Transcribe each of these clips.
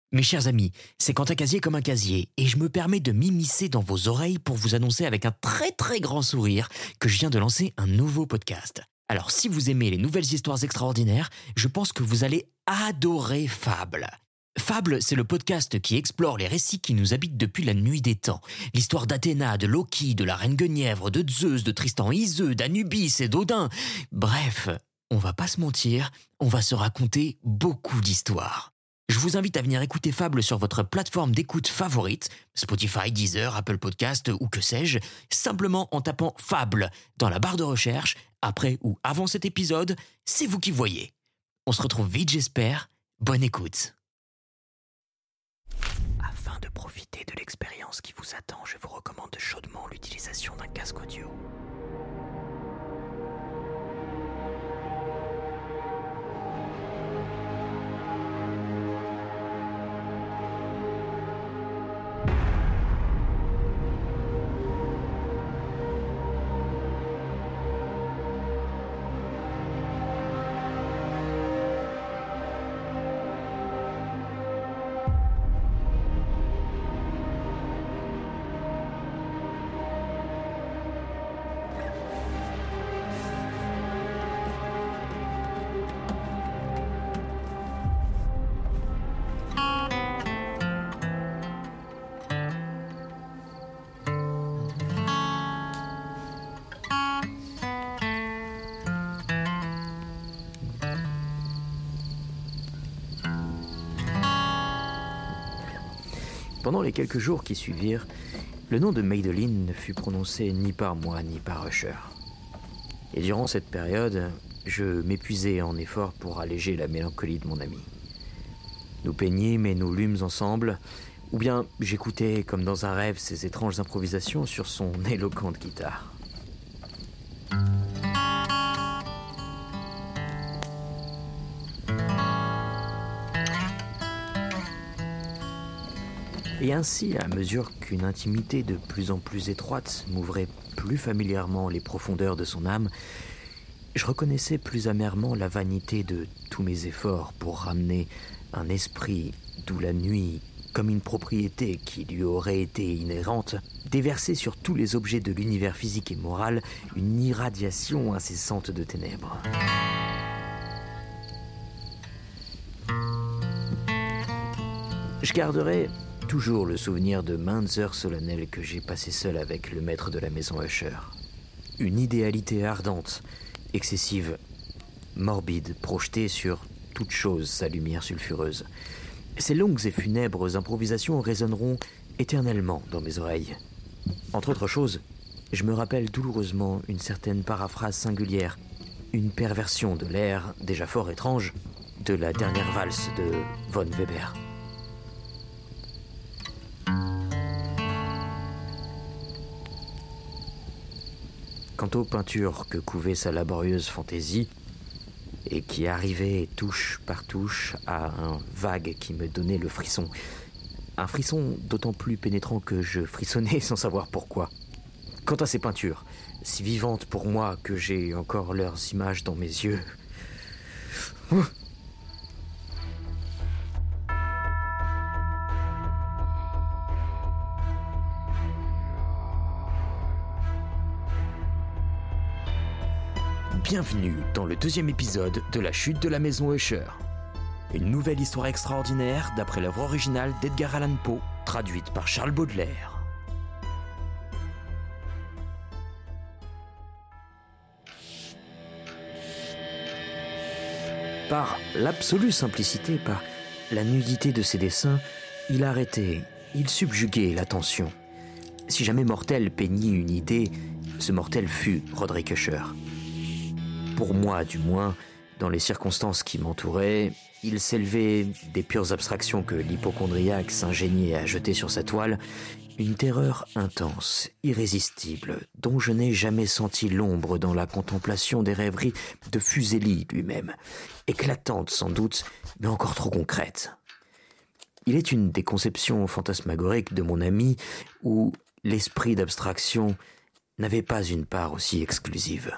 Mes chers amis, c'est Quentin Casier comme un casier et je me permets de m'immiscer dans vos oreilles pour vous annoncer avec un très très grand sourire que je viens de lancer un nouveau podcast. Alors si vous aimez les nouvelles histoires extraordinaires, je pense que vous allez adorer Fable. Fable, c'est le podcast qui explore les récits qui nous habitent depuis la nuit des temps. L'histoire d'Athéna, de Loki, de la reine Guenièvre, de Zeus, de Tristan Iseux, d'Anubis et d'Odin. Bref, on va pas se mentir, on va se raconter beaucoup d'histoires. Je vous invite à venir écouter Fable sur votre plateforme d'écoute favorite, Spotify, Deezer, Apple Podcast ou que sais-je, simplement en tapant Fable dans la barre de recherche. Après ou avant cet épisode, c'est vous qui voyez. On se retrouve vite, j'espère. Bonne écoute. Afin de profiter de l'expérience qui vous attend, je vous recommande chaudement l'utilisation d'un casque audio. Pendant les quelques jours qui suivirent, le nom de Madeline ne fut prononcé ni par moi ni par Usher. Et durant cette période, je m'épuisais en efforts pour alléger la mélancolie de mon ami. Nous peignîmes et nous lûmes ensemble, ou bien j'écoutais comme dans un rêve ses étranges improvisations sur son éloquente guitare. Et ainsi, à mesure qu'une intimité de plus en plus étroite m'ouvrait plus familièrement les profondeurs de son âme, je reconnaissais plus amèrement la vanité de tous mes efforts pour ramener un esprit d'où la nuit, comme une propriété qui lui aurait été inhérente, déverser sur tous les objets de l'univers physique et moral une irradiation incessante de ténèbres. Je garderai toujours le souvenir de maintes heures solennelles que j'ai passées seul avec le maître de la maison Usher. Une idéalité ardente, excessive, morbide, projetée sur toute chose sa lumière sulfureuse. Ces longues et funèbres improvisations résonneront éternellement dans mes oreilles. Entre autres choses, je me rappelle douloureusement une certaine paraphrase singulière, une perversion de l'air déjà fort étrange de la dernière valse de Von Weber. Quant aux peintures que couvait sa laborieuse fantaisie, et qui arrivaient touche par touche à un vague qui me donnait le frisson. Un frisson d'autant plus pénétrant que je frissonnais sans savoir pourquoi. Quant à ces peintures, si vivantes pour moi que j'ai encore leurs images dans mes yeux... Bienvenue dans le deuxième épisode de La chute de la maison Usher. Une nouvelle histoire extraordinaire d'après l'œuvre originale d'Edgar Allan Poe, traduite par Charles Baudelaire. Par l'absolue simplicité, par la nudité de ses dessins, il arrêtait, il subjuguait l'attention. Si jamais mortel peignit une idée, ce mortel fut Roderick Usher. Pour moi, du moins, dans les circonstances qui m'entouraient, il s'élevait des pures abstractions que l'hypocondriaque s'ingéniait à jeter sur sa toile, une terreur intense, irrésistible, dont je n'ai jamais senti l'ombre dans la contemplation des rêveries de Fuseli lui-même, éclatante sans doute, mais encore trop concrète. Il est une des conceptions fantasmagoriques de mon ami où l'esprit d'abstraction n'avait pas une part aussi exclusive.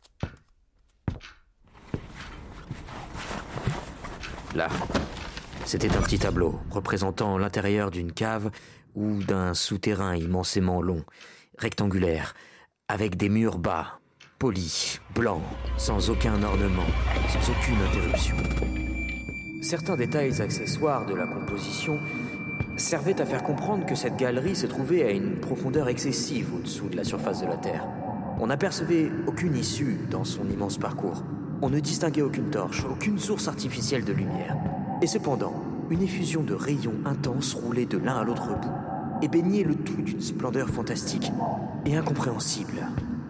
Là, C'était un petit tableau représentant l'intérieur d'une cave ou d'un souterrain immensément long, rectangulaire, avec des murs bas, polis, blancs, sans aucun ornement, sans aucune interruption. Certains détails accessoires de la composition servaient à faire comprendre que cette galerie se trouvait à une profondeur excessive au-dessous de la surface de la Terre. On n'apercevait aucune issue dans son immense parcours. On ne distinguait aucune torche, aucune source artificielle de lumière. Et cependant, une effusion de rayons intenses roulait de l'un à l'autre bout et baignait le tout d'une splendeur fantastique et incompréhensible.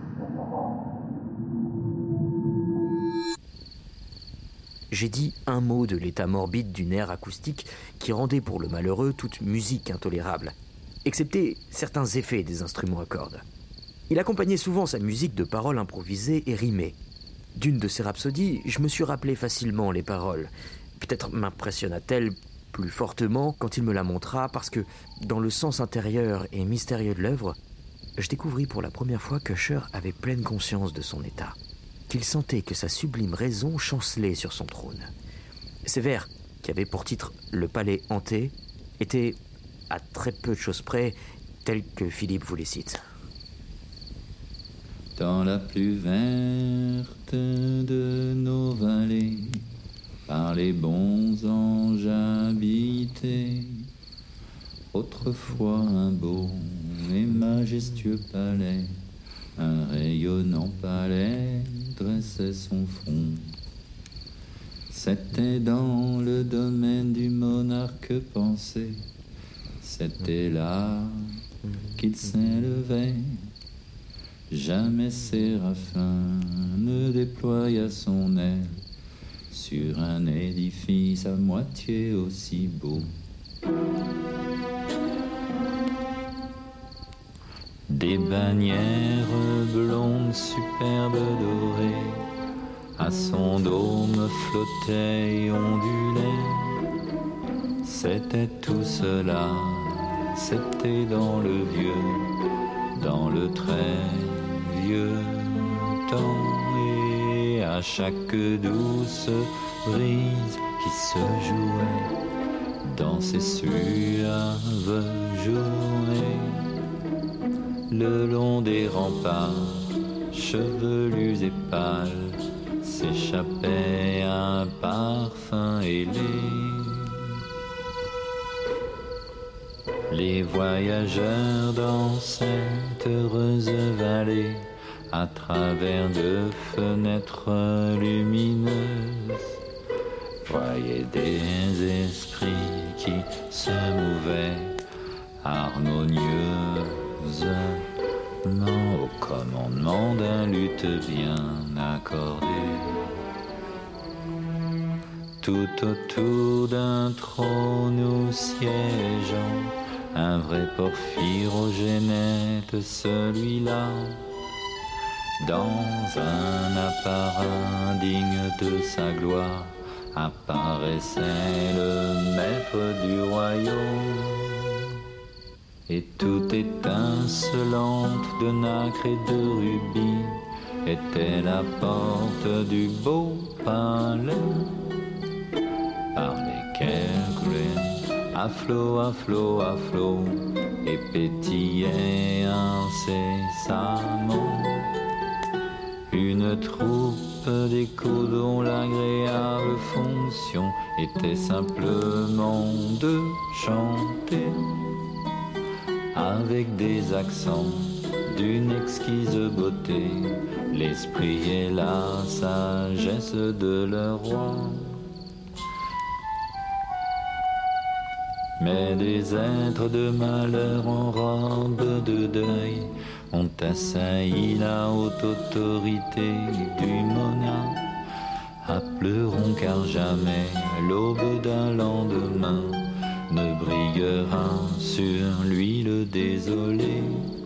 J'ai dit un mot de l'état morbide d'une aire acoustique qui rendait pour le malheureux toute musique intolérable, excepté certains effets des instruments à cordes. Il accompagnait souvent sa musique de paroles improvisées et rimées. D'une de ces rhapsodies, je me suis rappelé facilement les paroles. Peut-être m'impressionna-t-elle plus fortement quand il me la montra, parce que, dans le sens intérieur et mystérieux de l'œuvre, je découvris pour la première fois qu'Usher avait pleine conscience de son état, qu'il sentait que sa sublime raison chancelait sur son trône. Ces vers, qui avaient pour titre « Le palais hanté », étaient, à très peu de choses près, tels que Philippe vous les cite. Dans la plus verte de nos vallées, par les bons anges habités, autrefois un beau et majestueux palais, un rayonnant palais dressait son front. C'était dans le domaine du monarque pensé, c'était là qu'il s'élevait. Jamais Séraphin ne déploya son aile sur un édifice à moitié aussi beau. Des bannières blondes superbes dorées à son dôme flottaient et ondulaient. C'était tout cela, c'était dans le très vieux temps. Et à chaque douce brise qui se jouait dans ces suaves journées, le long des remparts chevelus et pâles s'échappait un parfum ailé. Les voyageurs dans cette heureuse vallée, à travers de fenêtres lumineuses, voyaient des esprits qui se mouvaient harmonieuses au commandement d'un luth bien accordé. Tout autour d'un trône où siégeant un vrai Porphyrogénète, celui-là, dans un appareil digne de sa gloire, apparaissait le maître du royaume. Et tout étincelante de nacre et de rubis était la porte du beau palais, par lesquels coulaient à flot, à flot, à flot, et pétillait incessamment une troupe d'échos dont l'agréable fonction était simplement de chanter avec des accents d'une exquise beauté l'esprit et la sagesse de leur roi. Mais des êtres de malheur en robe de deuil ont assailli la haute autorité du monarque. Appelleront car jamais l'aube d'un lendemain ne brillera sur lui le désolé.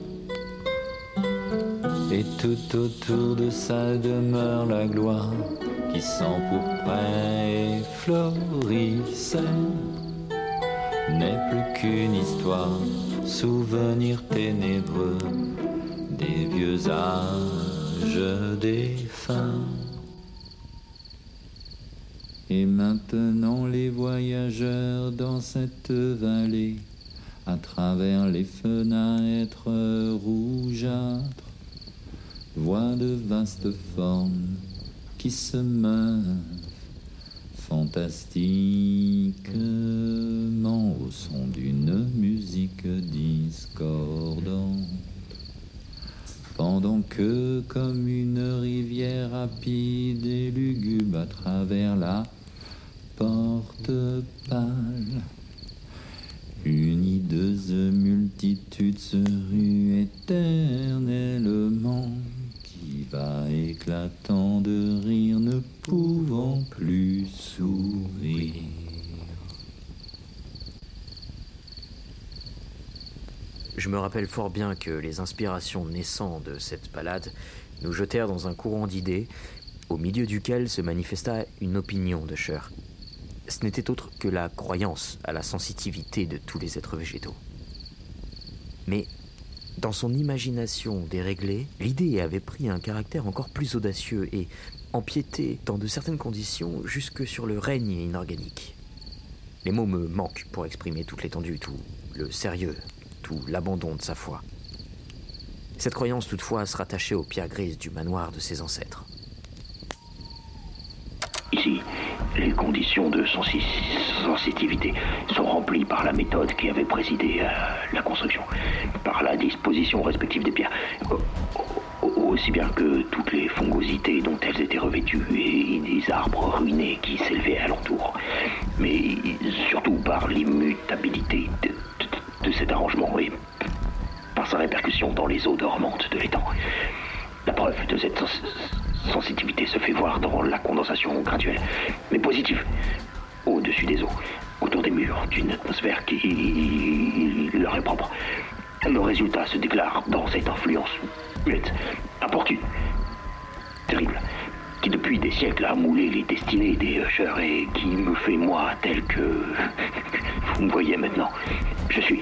Et tout autour de sa demeure la gloire qui s'empourprait et florissait n'est plus qu'une histoire, souvenir ténébreux des vieux âges défunts. Et maintenant les voyageurs dans cette vallée, à travers les fenêtres rougeâtres, voient de vastes formes qui se meuvent fantastiquement au son d'une musique discordante. Pendant que, comme une rivière rapide et lugubre à travers la porte pâle, une hideuse multitude se rue éternellement, qui va éclatant de rire, ne pouvant plus sourire. Je me rappelle fort bien que les inspirations naissant de cette ballade nous jetèrent dans un courant d'idées, au milieu duquel se manifesta une opinion de Usher. Ce n'était autre que la croyance à la sensitivité de tous les êtres végétaux. Mais, dans son imagination déréglée, l'idée avait pris un caractère encore plus audacieux et empiétait, dans de certaines conditions, jusque sur le règne inorganique. Les mots me manquent pour exprimer toute l'étendue, tout le sérieux, tout l'abandon de sa foi. Cette croyance, toutefois, se rattachait aux pierres grises du manoir de ses ancêtres. Ici, les conditions de sensitivité sont remplies par la méthode qui avait présidé à la construction, par la disposition respective des pierres, aussi bien que toutes les fongosités dont elles étaient revêtues et des arbres ruinés qui s'élevaient alentour, mais surtout par l'immutabilité de cet arrangement et par sa répercussion dans les eaux dormantes de l'étang. La preuve de cette sensitivité se fait voir dans la condensation graduelle, mais positive, au-dessus des eaux, autour des murs, d'une atmosphère qui leur est propre. Le résultat se déclare dans cette influence muette, importune, terrible, qui depuis des siècles a moulé les destinées des Usher et qui me fait moi tel que vous me voyez maintenant. Je suis.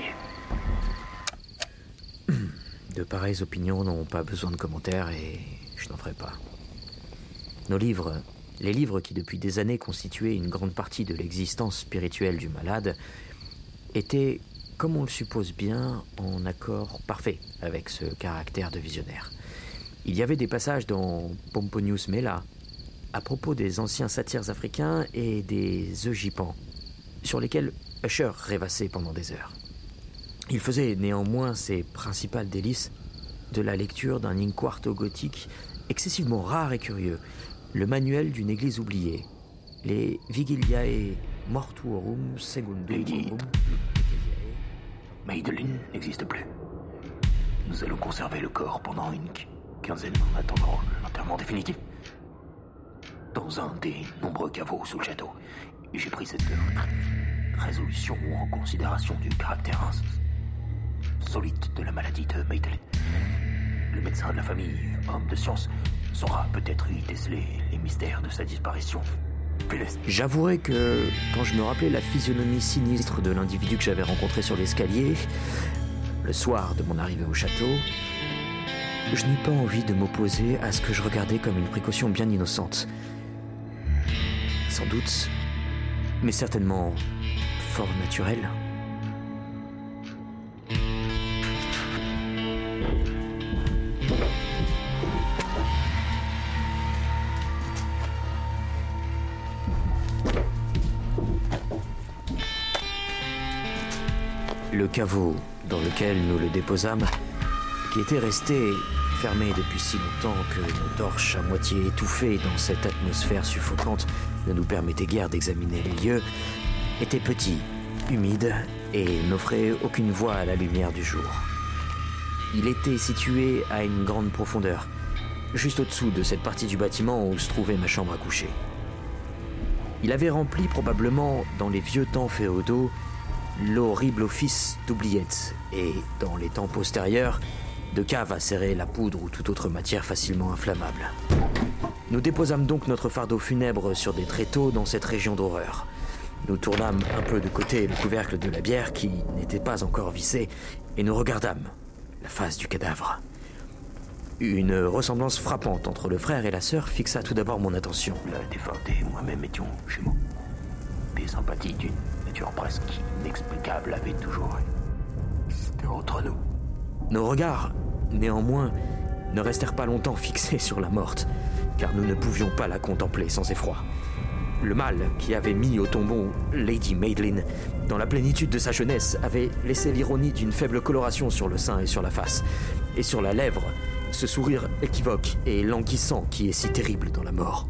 De pareilles opinions n'ont pas besoin de commentaires et je n'en ferai pas. Nos livres, les livres qui depuis des années constituaient une grande partie de l'existence spirituelle du malade, étaient, comme on le suppose bien, en accord parfait avec ce caractère de visionnaire. Il y avait des passages dans Pomponius Mela à propos des anciens satyres africains et des Eugipans, sur lesquels Usher rêvassait pendant des heures. Il faisait néanmoins ses principales délices de la lecture d'un in-quarto gothique excessivement rare et curieux, le manuel d'une église oubliée, les Vigiliae Mortuorum Secundum. Lady, Madeleine n'existe plus. Nous allons conserver le corps pendant une quinzaine en attendant l'enterrement définitif. Dans un des nombreux caveaux sous le château, j'ai pris cette résolution en considération du caractère insolite de la maladie de Madeleine. Le médecin de la famille, homme de science, saura peut-être y déceler les mystères de sa disparition. J'avouerai que, quand je me rappelais la physionomie sinistre de l'individu que j'avais rencontré sur l'escalier, le soir de mon arrivée au château, je n'eus pas envie de m'opposer à ce que je regardais comme une précaution bien innocente. Sans doute, mais certainement fort naturelle. Le caveau dans lequel nous le déposâmes, qui était resté fermé depuis si longtemps que nos torches à moitié étouffées dans cette atmosphère suffocante ne nous permettaient guère d'examiner les lieux, était petit, humide et n'offrait aucune voie à la lumière du jour. Il était situé à une grande profondeur, juste au-dessous de cette partie du bâtiment où se trouvait ma chambre à coucher. Il avait rempli probablement dans les vieux temps féodaux l'horrible office d'oubliette et, dans les temps postérieurs, de cave à serrer la poudre ou toute autre matière facilement inflammable. Nous déposâmes donc notre fardeau funèbre sur des tréteaux dans cette région d'horreur. Nous tournâmes un peu de côté le couvercle de la bière qui n'était pas encore vissé et nous regardâmes la face du cadavre. Une ressemblance frappante entre le frère et la sœur fixa tout d'abord mon attention. La défunte et moi-même étions jumeaux. Des sympathies d'une nature presque inexplicable avaient toujours existé entre nous. Nos regards, néanmoins, ne restèrent pas longtemps fixés sur la morte, car nous ne pouvions pas la contempler sans effroi. Le mal qui avait mis au tombeau Lady Madeline, dans la plénitude de sa jeunesse, avait laissé l'ironie d'une faible coloration sur le sein et sur la face, et sur la lèvre, ce sourire équivoque et languissant qui est si terrible dans la mort.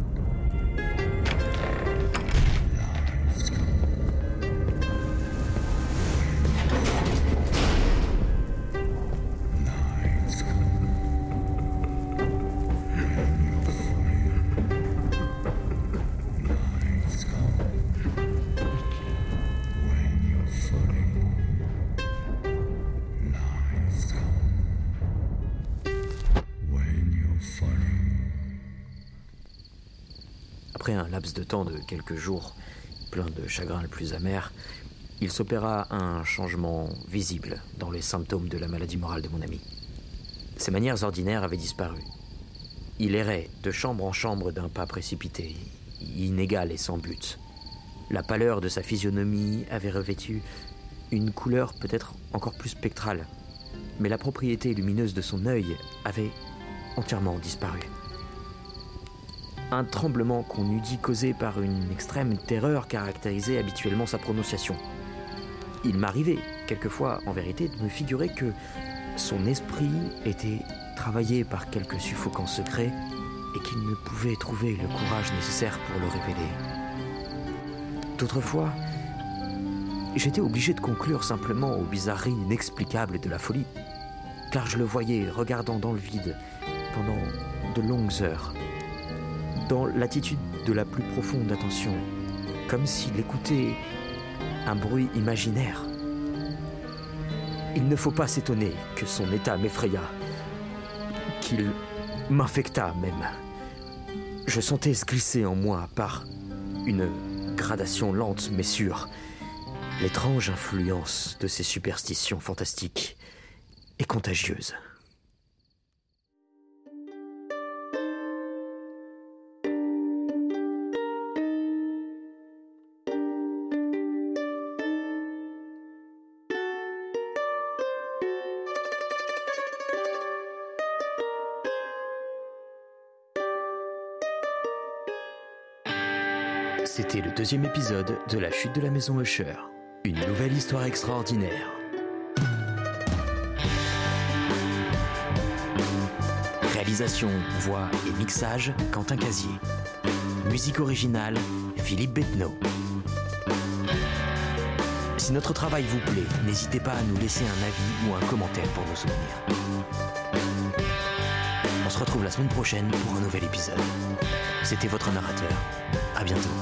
Après un laps de temps de quelques jours, plein de chagrin le plus amer, il s'opéra un changement visible dans les symptômes de la maladie morale de mon ami. Ses manières ordinaires avaient disparu. Il errait de chambre en chambre d'un pas précipité, inégal et sans but. La pâleur de sa physionomie avait revêtu une couleur peut-être encore plus spectrale, mais la propriété lumineuse de son œil avait entièrement disparu. Un tremblement qu'on eût dit causé par une extrême terreur caractérisait habituellement sa prononciation. Il m'arrivait, quelquefois, en vérité, de me figurer que son esprit était travaillé par quelque suffocant secret et qu'il ne pouvait trouver le courage nécessaire pour le révéler. D'autres fois, j'étais obligé de conclure simplement aux bizarreries inexplicables de la folie, car je le voyais regardant dans le vide pendant de longues heures, dans l'attitude de la plus profonde attention, comme s'il écoutait un bruit imaginaire. Il ne faut pas s'étonner que son état m'effraya, qu'il m'infecta même. Je sentais se glisser en moi par une gradation lente mais sûre l'étrange influence de ces superstitions fantastiques et contagieuses. C'était le 2e épisode de La chute de la maison Usher, une nouvelle histoire extraordinaire. Réalisation, voix et mixage, Quentin Casier. Musique originale, Philippe Bettenot. Si notre travail vous plaît, n'hésitez pas à nous laisser un avis ou un commentaire pour nous soutenir. On se retrouve la semaine prochaine pour un nouvel épisode. C'était votre narrateur. À bientôt.